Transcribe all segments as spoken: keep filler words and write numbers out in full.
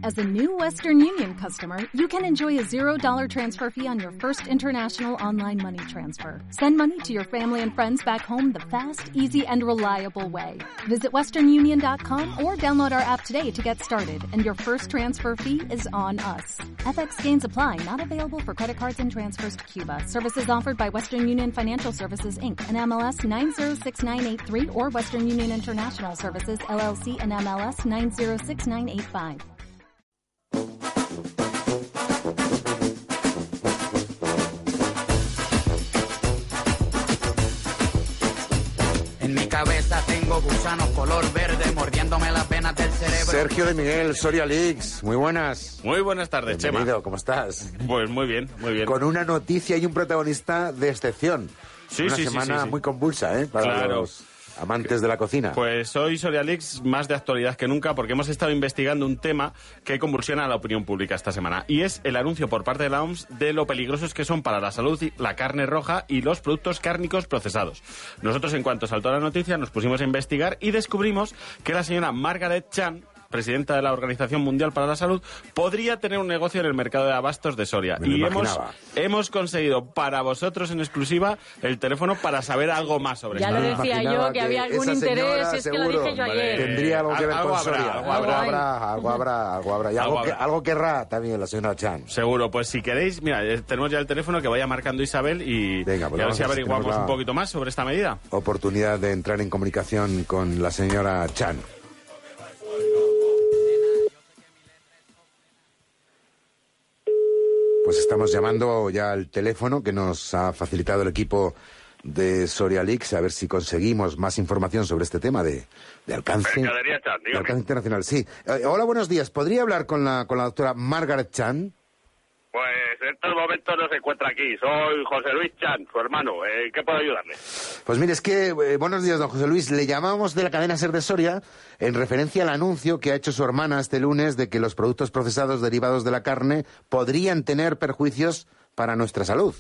As a new Western Union customer, you can enjoy a zero dollar transfer fee on your first international online money transfer. Send money to your family and friends back home the fast, easy, and reliable way. Visit western union dot com or download our app today to get started, and your first transfer fee is on us. F X gains apply, not available for credit cards and transfers to Cuba. Services offered by Western Union Financial Services, Incorporated, and M L S nine zero six nine eight three or Western Union International Services, L L C, and M L S nine zero six nine eight five. En mi cabeza tengo gusanos color verde mordiéndome las venas del cerebro. Sergio de Miguel, Soria Leaks, muy buenas. Muy buenas tardes, Bienvenido, Chema. ¿cómo estás? Pues muy bien, muy bien. Con una noticia y un protagonista de excepción. Sí, una sí, sí, semana sí, sí. muy convulsa, ¿eh? Para Claro. los amantes de la cocina. Pues hoy Soria Leaks más de actualidad que nunca porque hemos estado investigando un tema que convulsiona a la opinión pública esta semana y es el anuncio por parte de la O M S de lo peligrosos que son para la salud la carne roja y los productos cárnicos procesados. Nosotros, en cuanto saltó la noticia, nos pusimos a investigar y descubrimos que la señora Margaret Chan, presidenta de la Organización Mundial para la Salud, podría tener un negocio en el mercado de abastos de Soria. Me lo y hemos, imaginaba. hemos conseguido para vosotros en exclusiva el teléfono para saber algo más sobre Ya esto. lo Me decía imaginaba yo, que había que algún esa señora, interés, es que lo seguro, dije yo hombre, ayer. Tendría algo que ver algo con habrá, Soria. algo Algo habrá. habrá, algo habrá, algo habrá. Y Algo algo, que, habrá. algo querrá también la señora Chan. Seguro, pues si queréis, mira, eh, tenemos ya el teléfono que vaya marcando Isabel y, Venga, pues y a ver vamos si a ver si averiguamos tenemos la- un poquito más sobre esta medida. Oportunidad de entrar en comunicación con la señora Chan. Pues estamos llamando ya al teléfono que nos ha facilitado el equipo de Soria Leaks, a ver si conseguimos más información sobre este tema de, de alcance, Mercadería Chan, de dígame. alcance internacional. Sí. Eh, hola, buenos días. ¿Podría hablar con la, con la doctora Margaret Chan? Pues en estos momentos no se encuentra aquí. Soy José Luis Chan, su hermano. ¿En qué puedo ayudarle? Pues mire, es que, eh, buenos días, don José Luis. Le llamamos de la cadena SER de Soria en referencia al anuncio que ha hecho su hermana este lunes de que los productos procesados derivados de la carne podrían tener perjuicios para nuestra salud.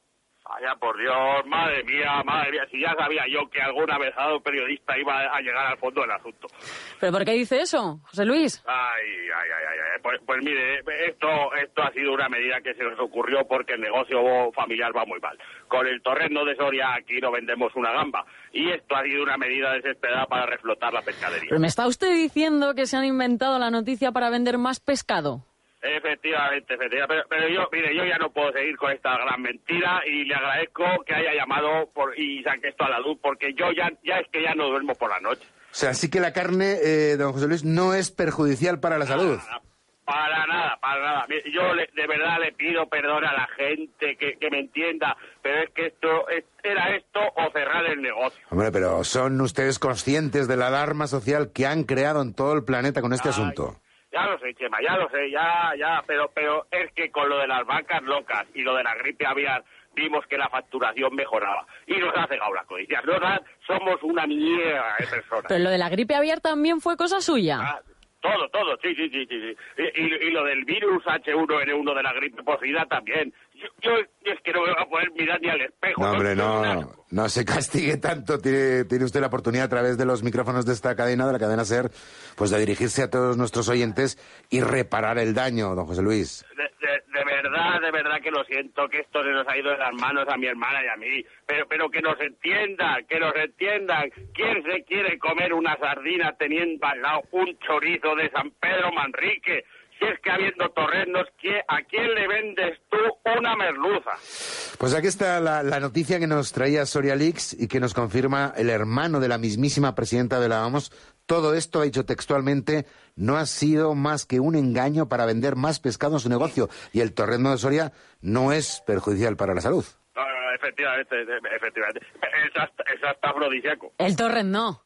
Vaya por Dios, madre mía, madre mía. Si ya sabía yo que alguna vez un periodista iba a llegar al fondo del asunto. ¿Pero por qué dice eso, José Luis? Ay, ay, ay, ay, ay. Pues, pues mire, esto, esto ha sido una medida que se nos ocurrió porque el negocio familiar va muy mal. Con el torrendo de Soria aquí no vendemos una gamba. Y esto ha sido una medida desesperada para reflotar la pescadería. ¿Pero me está usted diciendo que se han inventado la noticia para vender más pescado? Efectivamente, efectivamente. Pero, pero yo, mire, yo ya no puedo seguir con esta gran mentira y le agradezco que haya llamado por, y saque esto a la luz porque yo ya, ya es que ya no duermo por la noche. O sea, sí que la carne, eh, don José Luis, no es perjudicial para la salud. Nada, para nada, para nada. Mire, yo le- de verdad le pido perdón a la gente que, que me entienda, pero es que esto es- era esto o cerrar el negocio. Hombre, pero ¿son ustedes conscientes de la alarma social que han creado en todo el planeta con este Ay, asunto? Ya lo sé, Chema, ya lo sé, ya, ya, pero, pero es que con lo de las vacas locas y lo de la gripe aviar vimos que la facturación mejoraba y nos ha cegado la codicia. Nosotros somos una mierda de personas. Pero lo de la gripe aviar también fue cosa suya. Ah, todo, todo, sí, sí, sí, sí. sí. Y, y- y lo del virus H uno N uno de la gripe porcina también. Yo, yo es que no me voy a poder mirar ni al espejo. No, hombre, soy un no, asco. no se castigue tanto. Tiene, tiene usted la oportunidad a través de los micrófonos de esta cadena, de la cadena SER, pues de dirigirse a todos nuestros oyentes y reparar el daño, don José Luis. De, de- de verdad, de verdad que lo siento, que esto se nos ha ido de las manos a mi hermana y a mí. Pero, pero que nos entiendan, que nos entiendan. ¿Quién se quiere comer una sardina teniendo al lado un chorizo de San Pedro Manrique? Si es que habiendo torrendos, ¿qué- ¿a quién le vendes tú una merluza? Pues aquí está la, la noticia que nos traía Soria Leaks y que nos confirma el hermano de la mismísima presidenta de la O M S. Todo esto, ha dicho textualmente, no ha sido más que un engaño para vender más pescado en su negocio. Y el torrendo de Soria no es perjudicial para la salud. No, no, no, efectivamente, efectivamente. Es hasta, es hasta afrodisíaco. El torrent no.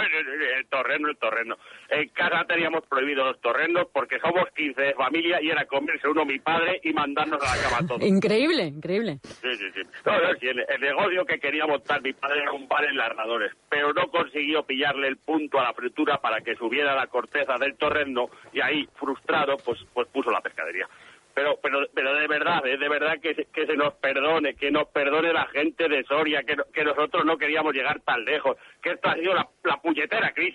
El torrendo, el torrendo. En casa teníamos prohibido los torrendos porque somos quince de familia y era comerse uno mi padre y mandarnos a la cama todos. Increíble, increíble. Sí, sí, sí. No, no, sí, el, el negocio que quería montar mi padre era un bar en Larradores, pero no consiguió pillarle el punto a la fritura para que subiera la corteza del torrendo y ahí, frustrado, pues, pues puso la pescadería. Pero, pero, pero de verdad, ¿eh? de verdad que se, que se nos perdone, que nos perdone la gente de Soria, que, no- que nosotros no queríamos llegar tan lejos, que esto ha sido la, la puñetera crisis,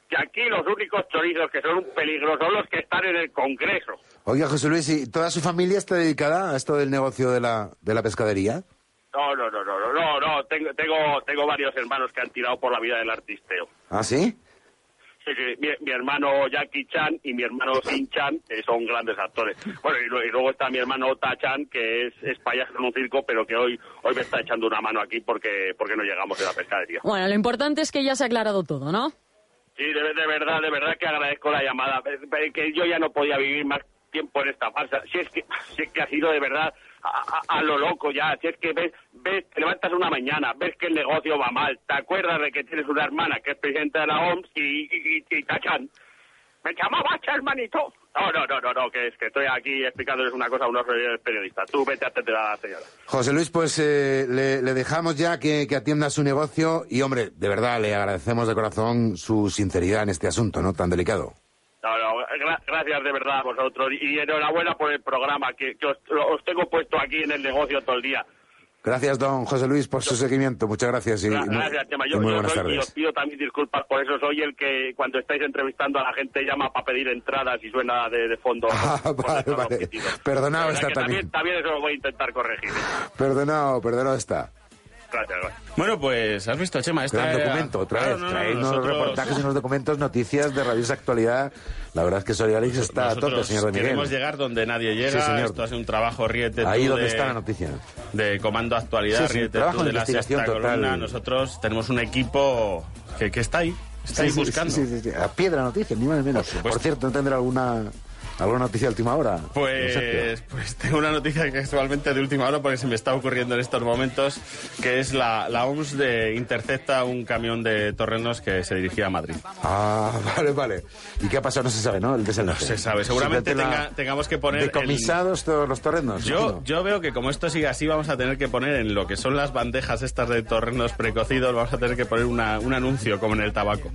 que aquí los únicos chorizos que son un peligro son los que están en el Congreso. Oiga, José Luis, ¿y toda su familia está dedicada a esto del negocio de la, de la pescadería? No, no, no, no, no, no, no. Tengo, tengo, tengo varios hermanos que han tirado por la vida del artisteo. ¿Ah, sí? Sí, sí, mi, mi hermano Jackie Chan y mi hermano Sin Chan eh, son grandes actores. Bueno, y, lo, y luego está mi hermano Ta Chan, que es, es payaso en un circo, pero que hoy hoy me está echando una mano aquí porque porque no llegamos a la pescadería. Bueno, lo importante es que ya se ha aclarado todo, ¿no? Sí, de, de verdad, de verdad que agradezco la llamada. Que yo ya no podía vivir más tiempo en esta farsa. Si es que, si es que ha sido de verdad a, a, a lo loco ya. Si es que ves, ves, te levantas una mañana, ves que el negocio va mal, te acuerdas de que tienes una hermana que es presidenta de la O M S y, y, y, y tachan. Me llamaba hermanito. No, no, no, no, no, que es que estoy aquí explicándoles una cosa a unos periodistas. Tú vete a atender a la señora. José Luis, pues eh, le, le dejamos ya que, que atienda su negocio y, hombre, de verdad, le agradecemos de corazón su sinceridad en este asunto, ¿no?, tan delicado. No, no, gra- gracias de verdad a vosotros y enhorabuena por el programa, que, que os, os tengo puesto aquí en el negocio todo el día. Gracias, don José Luis, por su seguimiento. Muchas gracias y, Gra- y muy, gracias, Chema. y Yo, muy yo buenas soy, y tardes. os pido también disculpas por eso. Soy el que cuando estáis entrevistando a la gente llama para pedir entradas y suena de, de fondo. Ah, por vale, nuestros vale. objetivos. Perdonado La verdad está que también. también. También eso lo voy a intentar corregir. ¿eh? Perdonado, perdonado está. Gracias, gracias. Bueno, pues has visto, Chema, esta Gran era- documento, otra Claro, vez. no, no, Trae unos nosotros- reportajes, unos documentos, noticias de rabiosa actualidad. La verdad es que Soria Alex está a tope, Nosotros señor de Miguel. queremos llegar donde nadie llega. Sí, señor. Esto ha sido un trabajo ríete Ahí tú donde de, está la noticia. de Comando Actualidad, Sí, sí, ríete trabajo tú de de la investigación sexta total. columna. Nosotros tenemos un equipo que, que está ahí, está ahí Sí, sí, buscando. Sí, sí, sí, a pie de la noticia, ni más ni menos. Por Por, supuesto. cierto, ¿no tendrá alguna, alguna noticia de última hora? don Sergio? Pues, pues tengo una noticia que actualmente de última hora porque se me está ocurriendo en estos momentos, que es la, la O M S de intercepta un camión de torrenos que se dirigía a Madrid. Ah, vale, vale. ¿Y qué ha pasado? No se sabe, ¿no? El No desenlace. se sabe, seguramente Simplemente tenga- tengamos que poner... Decomisados todos los torrenos. Yo, imagino. yo veo que como esto sigue así, vamos a tener que poner en lo que son las bandejas estas de torrenos precocidos, vamos a tener que poner una, un anuncio como en el tabaco.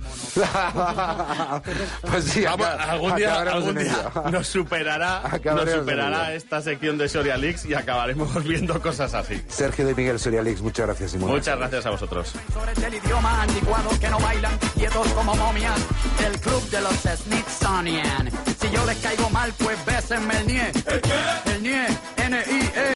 Pues sí, Vamos, acá- algún día, acabaremos algún en día ello. nos superará, nos Acabaremos en superará ello. esta sección de Soria Leaks y acabaremos viendo cosas así. Sergio de Miguel Soria Alex, muchas gracias. Y muy buenas Muchas tardes. gracias a vosotros. Profesores del idioma anticuado que no bailan, quietos como momias. El club de los Smithsonian. Si yo les caigo mal, pues bésenme el nie. ¿El qué? El nie, N I E.